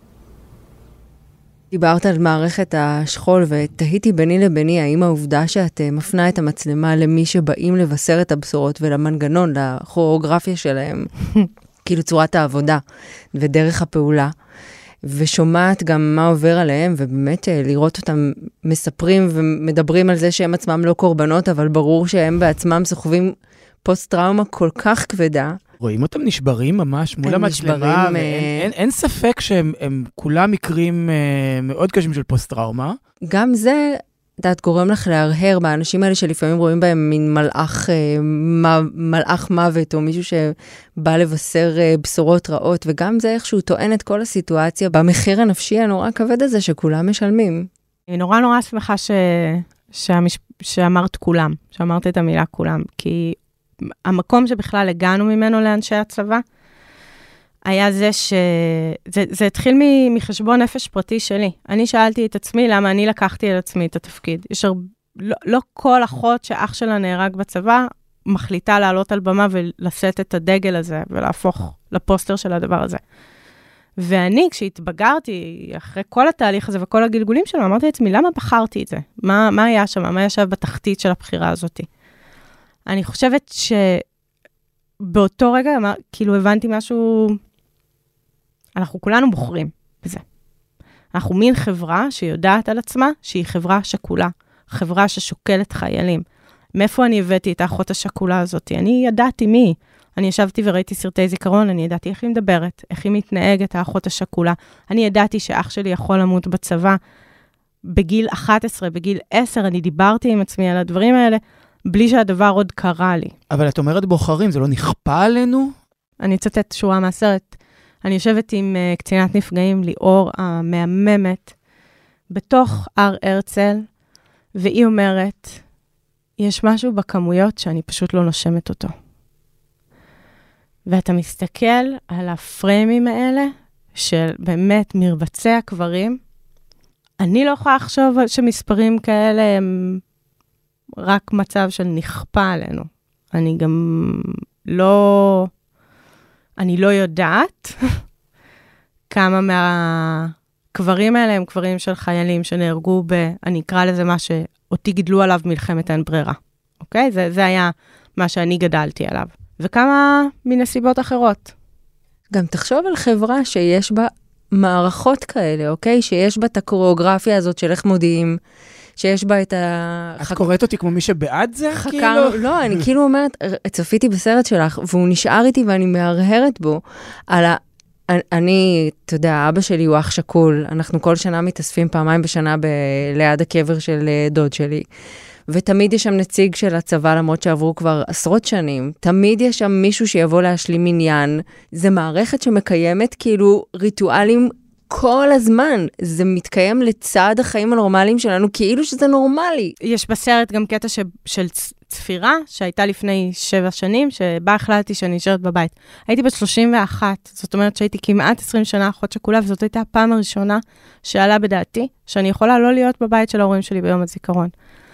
דיברת על מערכת השכול, ותהיתי ביני לביני, האם העובדה שאת מפנה את המצלמה למי שבאים לבשר את הבשורות ולמנגנון, לכוריאוגרפיה שלהם, כאילו צורת העבודה ודרך הפעולה, ושומעת גם מה עובר עליהם, ובאמת לראות אותם מספרים ומדברים על זה שהם עצמם לא קורבנות, אבל ברור שהם בעצמם סוחבים פוסט-טראומה כל כך כבדה. רואים אותם נשברים ממש מול המצלמה, ואין אין, אין ספק שהם הם כולם מקרים אה, מאוד קשים של פוסט-טראומה. גם זה, דעת, גורם לך להרהר באנשים האלה שלפעמים רואים בהם מין מלאך, אה, מ, מלאך מוות, או מישהו שבא לבשר אה, בשורות רעות, וגם זה איכשהו טוען את כל הסיטואציה במחיר הנפשי הנורא כבד הזה שכולם משלמים. אני נורא נורא שמחה ש... שהמש... שאמרת כולם, שאמרת את המילה כולם, כי המקום שבכלל הגענו ממנו לאנשי הצבא, היה זה ש... זה, זה התחיל מחשבון נפש פרטי שלי. אני שאלתי את עצמי למה אני לקחתי על עצמי את התפקיד. יש הרבה, לא, לא כל אחות שאח שלה נהרג בצבא, מחליטה לעלות על במה ולשאת את הדגל הזה, ולהפוך לפוסטר של הדבר הזה. ואני, כשהתבגרתי, אחרי כל התהליך הזה וכל הגלגולים שלו, אמרתי לעצמי, למה בחרתי את זה? מה, מה היה שם? מה ישב בתחתית של הבחירה הזאת? אני חושבת שבאותו רגע, מה, כאילו הבנתי משהו, אנחנו כולנו בוחרים בזה. אנחנו מין חברה שיודעת על עצמה, שהיא חברה שקולה, חברה ששוקלת חיילים. מאיפה אני הבאתי את האחות השקולה הזאת? אני ידעתי מי. אני ישבתי וראיתי סרטי זיכרון, אני ידעתי איך היא מדברת, איך היא מתנהגת, האחות השקולה. אני ידעתי שאח שלי יכול למות בצבא. בגיל אחת עשרה, בגיל עשר, אני דיברתי עם עצמי על הדברים האלה, בלי שהדבר עוד קרה לי. אבל את אומרת בוחרים, זה לא נכפה עלינו? אני אצטט שורה מהסרט. אני יושבת עם uh, קצינת נפגעים, ליאור המהממת, בתוך הר הרצל, והיא אומרת, יש משהו בכמויות שאני פשוט לא נושמת אותו. ואתה מסתכל על הפריימים האלה, של באמת מרבצי הקברים, אני לא יכולה לחשוב שמספרים כאלה הם רק מצב של נכפה עלינו. אני גם לא, אני לא יודעת כמה מהקברים האלה הם קברים של חיילים שנהרגו ב, אני אקרא לזה מה שאותי גידלו עליו מלחמת אין ברירה. אוקיי? זה, זה היה מה שאני גדלתי עליו. וכמה מנסיבות אחרות. גם תחשוב על חברה שיש בה מערכות כאלה, אוקיי? שיש בה את הקוריאוגרפיה הזאת של איך מודיעים, שיש בה את ה... את קוראת אותי כמו מי שבעד זה? כאילו? לא, אני כאילו אומרת, צפיתי בסרט שלך, והוא נשאר איתי ואני מהרהרת בו, על ה... אני, אתה יודע, אבא שלי הוא אח שקול, אנחנו כל שנה מתאספים פעמיים בשנה ב... ליד הקבר של דוד שלי, ותמיד יש שם נציג של הצבא, למרות שעברו כבר עשרות שנים. תמיד יש שם מישהו שיבוא להשלים עניין. זה מערכת שמקיימת כאילו ריטואלים כל הזמן. זה מתקיים לצד החיים הנורמליים שלנו, כאילו שזה נורמלי. יש בסרט גם קטע ש... של צפירה, שהייתה לפני שבע שנים, שבה החלטתי שאני נשארת בבית. הייתי בת שלושים ואחת, זאת אומרת שהייתי כמעט עשרים שנה אחות שכולה, וזאת הייתה הפעם הראשונה שעלה בדעתי, שאני יכולה לא להיות בבית של ההורים שלי ביום הזיכרון.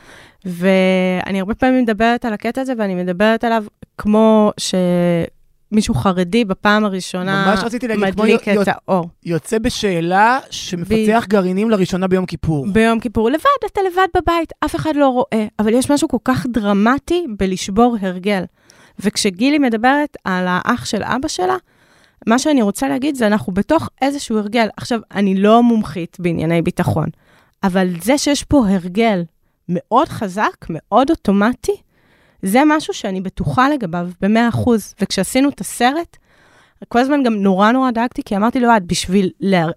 ואני הרבה פעמים מדברת על הקטע הזה, ואני מדברת עליו כמו שמישהו חרדי בפעם הראשונה מדליק את האור. יוצא בשאלה שמפצח גרעינים לראשונה ביום כיפור. ביום כיפור. לבד, אתה לבד בבית, אף אחד לא רואה. אבל יש משהו כל כך דרמטי בלשבור הרגל. וכשגילי מדברת על האח של אבא שלה, מה שאני רוצה להגיד זה, אנחנו בתוך איזשהו הרגל. עכשיו, אני לא מומחית בענייני ביטחון, אבל זה שיש פה הרגל, מאוד חזק, מאוד אוטומטי, זה משהו שאני בטוחה לגביו ב-מאה אחוז. וכשעשינו את הסרט, כל הזמן גם נורא נורא דאגתי, כי אמרתי לו, עד בשביל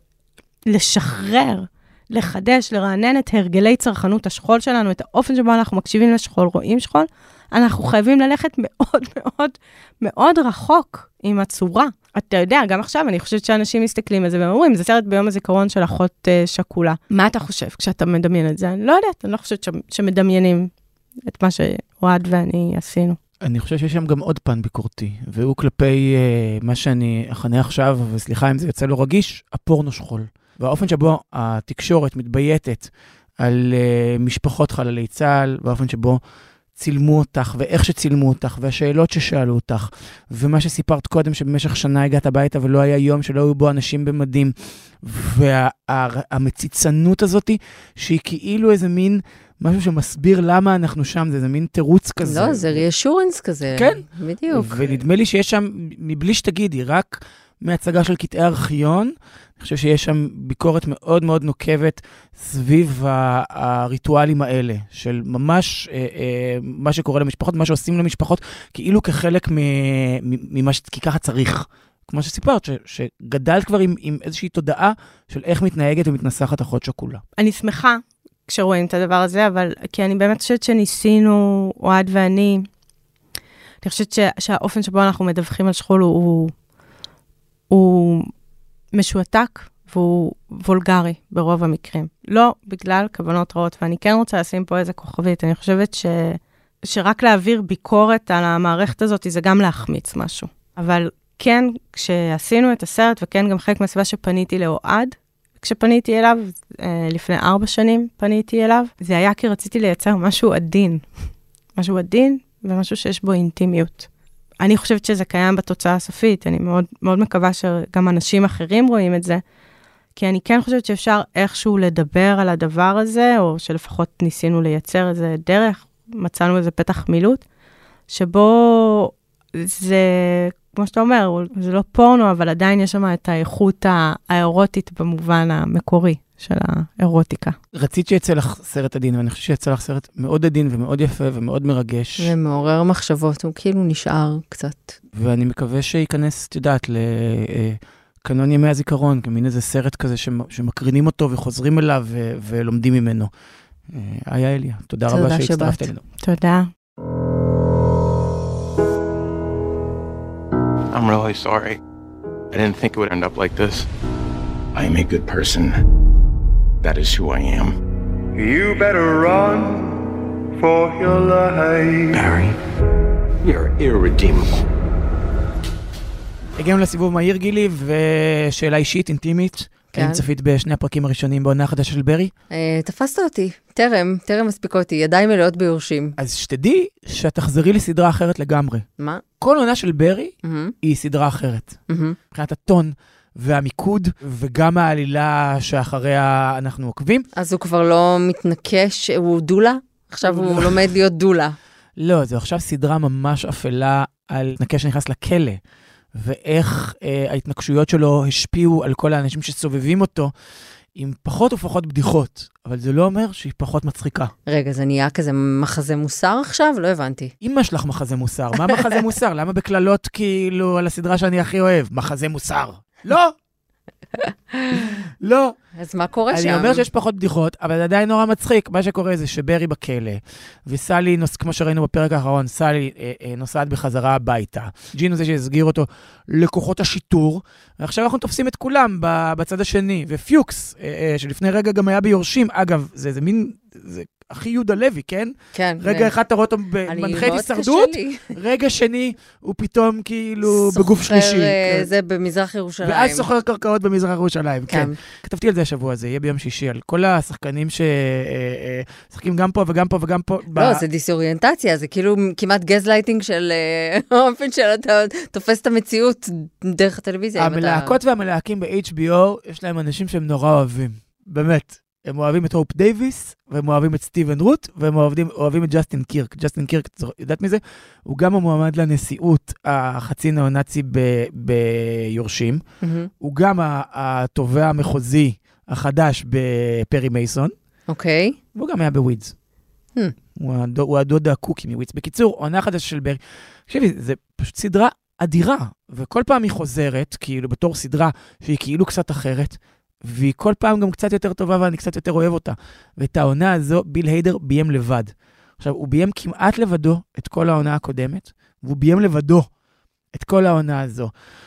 לשחרר, לחדש, לרענן את הרגלי צרכנות השכול שלנו, את האופן שבו אנחנו מקשיבים לשכול, רואים שכול, אנחנו חייבים ללכת מאוד מאוד מאוד רחוק עם הצורה. אתה יודע, גם עכשיו אני חושבת שאנשים מסתכלים על זה, והם אומרים, זה סרט ביום הזיכרון של אחות uh, שקולה. מה אתה חושב כשאתה מדמיין את זה? אני לא יודעת, אני לא חושבת ש... שמדמיינים את מה שאוהד ואני עשינו. אני חושב שיש שם גם עוד פן ביקורתי, והוא כלפי uh, מה שאני אכנה עכשיו, וסליחה אם זה יוצא לו רגיש, הפורנו שכול. והאופן שבו התקשורת מתבייתת על uh, משפחות חללי צה"ל, והאופן שבו צילמו אותך, ואיך שצילמו אותך, והשאלות ששאלו אותך, ומה שסיפרת קודם, שבמשך שנה הגעת הביתה, ולא היה יום שלא היו בו אנשים במדים, והמציצנות הזאת, שהיא כאילו איזה מין משהו שמסביר למה אנחנו שם, זה איזה מין תירוץ כזה. לא, זה ריאשורנס כזה. כן. בדיוק. ונדמה לי שיש שם, מבלי שתגידי, רק מהצגה של קטעי ארכיון, אני חושב שיש שם ביקורת מאוד מאוד נוקבת סביב הריטואלים האלה, של ממש מה שקורה למשפחות, מה שעושים למשפחות, כאילו כחלק ממה כי ככה צריך. כמו שסיפרת, שגדלת כבר עם, עם איזושהי תודעה של איך מתנהגת ומתנסחת אחות שכולה. אני שמחה כשרואים את הדבר הזה, אבל כי אני באמת חושבת שניסינו, אוהד ואני, אני חושבת שהאופן שבו אנחנו מדווחים על שכול הוא, הוא, הוא משועתק והוא וולגרי ברוב המקרים. לא בגלל כוונות רעות, ואני כן רוצה לשים פה איזה כוכבית. אני חושבת ש, שרק להעביר ביקורת על המערכת הזאת, זה גם להחמיץ משהו. אבל כן, כשעשינו את הסרט, וכן גם חלק מהסיבה שפניתי לאוהד, כשפניתי אליו, לפני ארבע שנים פניתי אליו, זה היה כי רציתי לייצר משהו עדין. משהו עדין ומשהו שיש בו אינטימיות. אני חושבת שזה קיים בתוצאה הסופית, אני מאוד, מאוד מקווה שגם אנשים אחרים רואים את זה, כי אני כן חושבת שאפשר איכשהו לדבר על הדבר הזה, או שלפחות ניסינו לייצר איזה דרך, מצאנו איזה פתח מילוט, שבו זה, כמו שאתה אומר, זה לא פורנו, אבל עדיין יש שם את האיכות האירוטית במובן המקורי של האירוטיקה. רצית שיצא לך סרט עדין, ואני חושב שיצא לך סרט מאוד עדין ומאוד יפה ומאוד מרגש. ומעורר מחשבות, הוא כאילו נשאר קצת. ואני מקווה שייכנס, את יודעת, לקנון ימי הזיכרון, כמין איזה סרט כזה שמקרינים אותו וחוזרים אליו ולומדים ממנו. היה אליה, תודה רבה שהצטרפת אלינו. תודה. I'm really sorry. I didn't think it would end up like this. I am a good person. That is who I am. You better run for your life. Barry, you're irredeemable. הגענו לסיבוב מהיר גילי, ושאלה אישית, אינטימית. כן. אני צפית בשני הפרקים הראשונים בעונה החדשה של ברי. תפסת אותי, טרם, טרם מספיק אותי, ידיים מלאות ביורשים. אז שתדעי שאת תחזרי לסדרה אחרת לגמרי. מה? כל עונה של ברי היא סדרה אחרת. מבחינת הטון והמיקוד, וגם העלילה שאחריה אנחנו עוקבים. אז הוא כבר לא מתנקש, הוא דולה? עכשיו הוא לומד להיות דולה. לא, זו עכשיו סדרה ממש אפלה על מתנקש שנכנס לכלא. ואיך אה, ההתנקשויות שלו השפיעו על כל האנשים שסובבים אותו, עם פחות ופחות בדיחות, אבל זה לא אומר שהיא פחות מצחיקה. רגע, זה נהיה כזה מחזה מוסר עכשיו? לא הבנתי. אמא שלך מחזה מוסר. מה מחזה מוסר? למה בכללות כאילו על הסדרה שאני הכי אוהב? מחזה מוסר. לא! לא. אז מה קורה שם? אני אומר שיש פחות בדיחות, אבל זה עדיין נורא מצחיק. מה שקורה זה שברי בכלא, וסלי, כמו שראינו בפרק האחרון, סלי אה, אה, נוסעת בחזרה הביתה. ג'ינו זה שהסגיר אותו לכוחות השיטור, ועכשיו אנחנו תופסים את כולם בצד השני. ופיוקס, אה, אה, שלפני רגע גם היה ביורשים, אגב, זה, זה מין... זה... אחי יהודה לוי, כן? כן. רגע אחד אתה רואה אותו במנחת הישרדות, רגע שני הוא פתאום כאילו בגוף שלישי. סוחר זה במזרח ירושלים. ואז סוחר קרקעות במזרח ירושלים, כן. כתבתי על זה השבוע הזה, יהיה ביום שישי, על כל השחקנים ששחקים גם פה וגם פה וגם פה. לא, זה דיסאוריינטציה, זה כאילו כמעט גזלייטינג של האופן שאתה תופס את המציאות דרך הטלוויזיה. המלהקות והמלהקים ב-אייץ' בי או, יש להם אנשים שהם נורא אוהבים, באמת. הם אוהבים את הופ דייביס, והם אוהבים את סטיבן רוט, והם אוהבים, אוהבים את ג'סטין קירק. ג'סטין קירק, יודעת מזה? הוא גם המועמד לנשיאות החצי נאו-נאצי ביורשים. Mm-hmm. הוא גם התובע המחוזי החדש בפרי מייסון. אוקיי. Okay. והוא גם היה בווידס. Hmm. הוא, הדוד, הוא הדוד הקוקי מווידס. בקיצור, עונה חדשה של ברי. תקשיבי, זה פשוט סדרה אדירה, וכל פעם היא חוזרת, כאילו בתור סדרה שהיא כאילו קצת אחרת, והיא כל פעם גם קצת יותר טובה, ואני קצת יותר אוהב אותה. ואת העונה הזו, ביל היידר ביים לבד. עכשיו, הוא ביים כמעט לבדו את כל העונה הקודמת, והוא ביים לבדו את כל העונה הזו.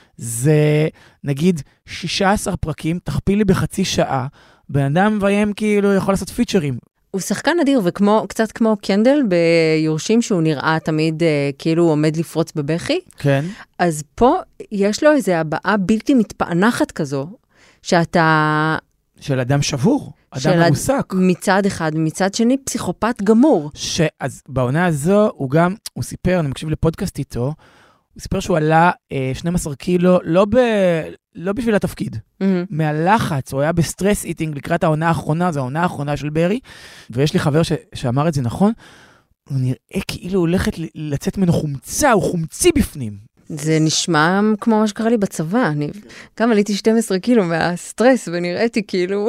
זה, נגיד, שישה עשר פרקים, תכפילי בחצי שעה, בן אדם מביים כאילו יכול לעשות פיצ'רים. הוא שחקן אדיר, וכמו, קצת כמו קנדל ביורשים, שהוא נראה תמיד אה, כאילו הוא עומד לפרוץ בבכי. כן. אז פה יש לו איזו הבעה בלתי מתפענחת כזו, שאתה... של אדם שבור, אדם מרוסק. מצד אחד, מצד שני, פסיכופת גמור. אז בעונה הזו, הוא גם, הוא סיפר, אני מקשיב לפודקאסט איתו, הוא סיפר שהוא עלה אה, שנים עשר קילו, לא, ב, לא בשביל התפקיד. Mm-hmm. מהלחץ, הוא היה בסטרס איטינג לקראת העונה האחרונה, זו העונה האחרונה של ברי, ויש לי חבר ש, שאמר את זה נכון, הוא נראה כאילו הוא הולכת לצאת ממנו חומצה, הוא חומצי בפנים. זה נשמע כמו מה שקרה לי בצבא. אני גם עליתי שתים עשרה קילו מהסטרס, ונראיתי כאילו,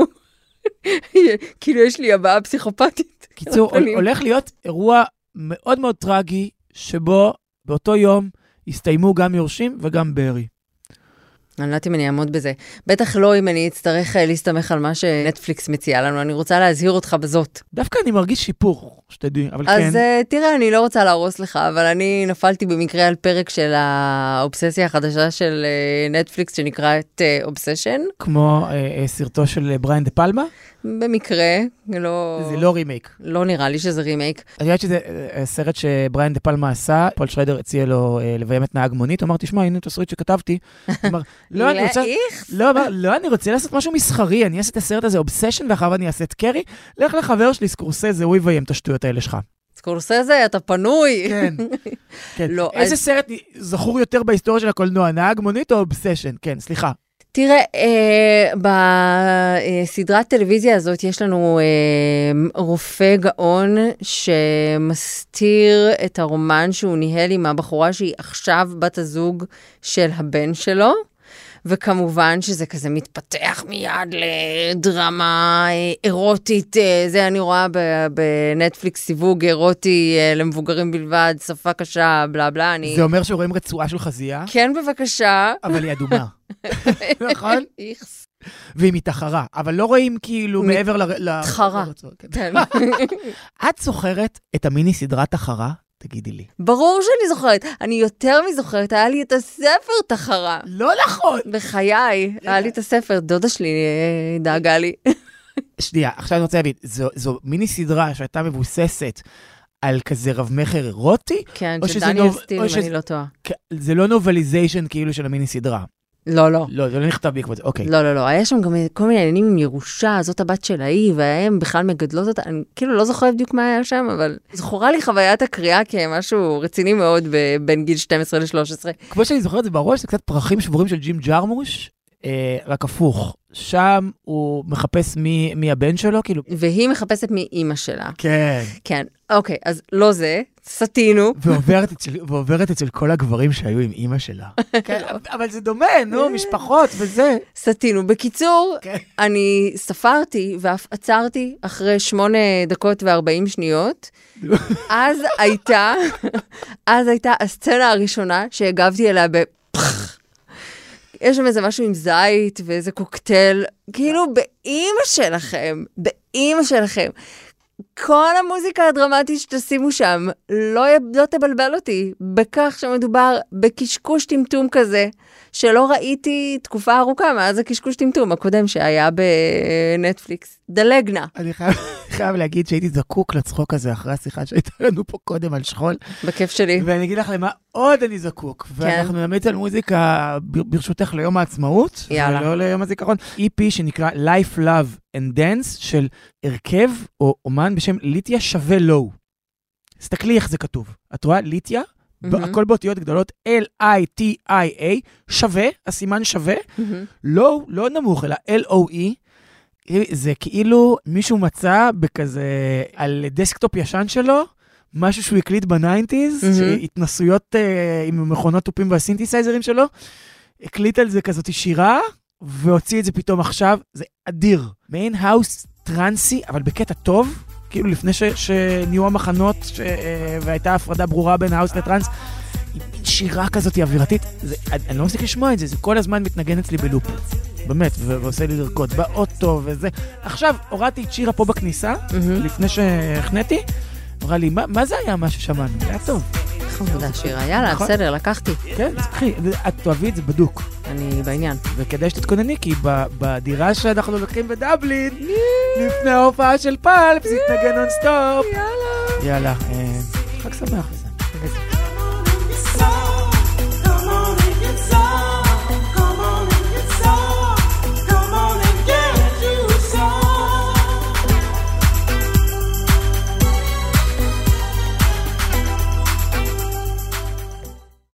כאילו יש לי הבעה פסיכופתית. קיצור, הולך להיות אירוע מאוד מאוד טרגי, שבו באותו יום הסתיימו גם יורשים וגם ברי. אני לא יודעת אם אני אעמוד בזה. בטח לא אם אני אצטרך להסתמך על מה שנטפליקס מציעה לנו. אני רוצה להזהיר אותך בזאת. דווקא אני מרגיש שיפור, שתדעי, אבל אז כן. אז תראה, אני לא רוצה להרוס לך, אבל אני נפלתי במקרה על פרק של האובססיה החדשה של נטפליקס, שנקרא את אובסשן. כמו אה, סרטו של בריין דה פלמה? במקרה, לא... זה לא רימייק. לא נראה לי שזה רימייק. אני יודעת שזה סרט שבריין דה פלמה עשה, פול שריידר הציע לו לביים את נהג מונית, אמר, תשמע, הנה תסריט שכתבתי, אמר, לא, אני רוצה... לא, לא, אני רוצה לעשות משהו מסחרי, אני אעשה את הסרט הזה אובסשן, ואחר אני אעשה את קרי, לך לחבר שלי, סקורסזה, הוא יביים את השטויות האלה שלך. סקורסזה, אתה פנוי. כן. כן. לא, איזה אז... סרט זכור יותר בהיסטוריה של הקולנוע, נהג מונית או אובסשן? כן, סליחה. תראה, אה, בסדרת טלוויזיה הזאת יש לנו אה, רופא גאון שמסתיר את הרומן שהוא ניהל עם הבחורה שהיא עכשיו בת הזוג של הבן שלו, וכמובן שזה כזה מתפתח מיד לדרמה אירוטית, זה אני רואה בנטפליקס סיווג אירוטי למבוגרים בלבד, שפה קשה, בלה בלה. אני... זה אומר שרואים רצועה של חזייה? כן, בבקשה. אבל היא אדומה. נכון? והיא מתחרה, אבל לא רואים כאילו מעבר ל... תחרה. כן. את זוכרת את המיני סדרת תחרה? תגידי לי. ברור שאני זוכרת. אני יותר מזוכרת, היה לי את הספר תחרה. לא נכון. בחיי, היה לי את הספר, דודה שלי דאגה לי. שנייה, עכשיו אני רוצה להבין, זו, זו מיני סדרה שהייתה מבוססת על כזה רב מחר אירוטי? כן, של דניאל סטיל, אם אני לא טועה. זה לא נובליזיישן כאילו של המיני סדרה. לא, לא. לא, זה לא נכתב בעקבות זה, אוקיי. לא, לא, לא. היה שם גם כל מיני עניינים עם ירושה, זאת הבת של האי, וההם בכלל מגדלות אותה. אני כאילו לא זוכרת בדיוק מה היה שם, אבל זכורה לי חוויית הקריאה כמשהו רציני מאוד בין גיל שתים עשרה ל-שלוש עשרה. כמו שאני זוכרת, זה בראש, זה קצת פרחים שבורים של ג'ים ג'רמוש, אה, רק הפוך. שם הוא מחפש מי, מי הבן שלו, כאילו... והיא מחפשת מי אימא שלה. כן. כן, אוקיי, אז לא זה, סתינו. ועוברת אצל, ועוברת אצל כל הגברים שהיו עם אימא שלה. כן, אבל זה דומה, נו, משפחות וזה. סתינו. בקיצור, כן. אני ספרתי ואף עצרתי אחרי שמונה דקות וארבעים שניות. אז הייתה, אז הייתה הסצנה הראשונה שהגבתי אליה בפח. יש שם איזה משהו עם זית ואיזה קוקטייל, כאילו באמא שלכם, באמא שלכם. כל המוזיקה הדרמטית שתשימו שם, לא, לא תבלבל אותי, בכך שמדובר בקשקוש טמטום כזה, שלא ראיתי תקופה ארוכה מאז הקשקוש טמטום הקודם שהיה בנטפליקס. דלגנה. אני חייב, חייב להגיד שהייתי זקוק לצחוק הזה אחרי השיחה שהייתה לנו פה קודם על שכול. בכיף שלי. ואני אגיד לך למה עוד אני זקוק. כן. ואנחנו נמליץ על מוזיקה ברשותך ליום העצמאות. יאללה. ולא ליום הזיכרון. אי פי שנקרא Life, Love and Dance של הרכב או אומן בשם ליטיה שווה לואו. תסתכלי איך זה כתוב. את רואה? ליטיה? הכל באותיות גדולות, L-I-T-I-A, שווה, הסימן שווה, לא, לא נמוך, אלא L-O-E, זה כאילו מישהו מצא בכזה, על דסקטופ ישן שלו, משהו שהוא הקליט בניינטיז, התנסויות עם מכונות טופים והסינתסייזרים שלו, הקליט על זה כזאת שירה, והוציא את זה פתאום עכשיו, זה אדיר. מעין האוס טרנסי, אבל בקטע טוב, כאילו לפני ש, שניו המחנות ש, והייתה הפרדה ברורה בין האוס לטרנס, עם שירה כזאת אווירתית, זה, אני לא מפסיק לשמוע את זה, זה כל הזמן מתנגן אצלי בלופ, באמת, ו- ועושה לי לרקוד באוטו וזה. עכשיו, הורדתי את שירה פה בכניסה, mm-hmm. לפני שהכנתי, אמרה לי, מה, מה זה היה מה ששמענו? זה היה טוב. חמודה שירה, יאללה, בסדר, לקחתי. כן, תקחי, את תאהבי את זה בדוק. אני בעניין. וכדאי שתתכונני, כי בדירה שאנחנו לוקחים בדבלין, לפני ההופעה של פלפס, התנגן נונסטופ. יאללה. יאללה, חג שמח.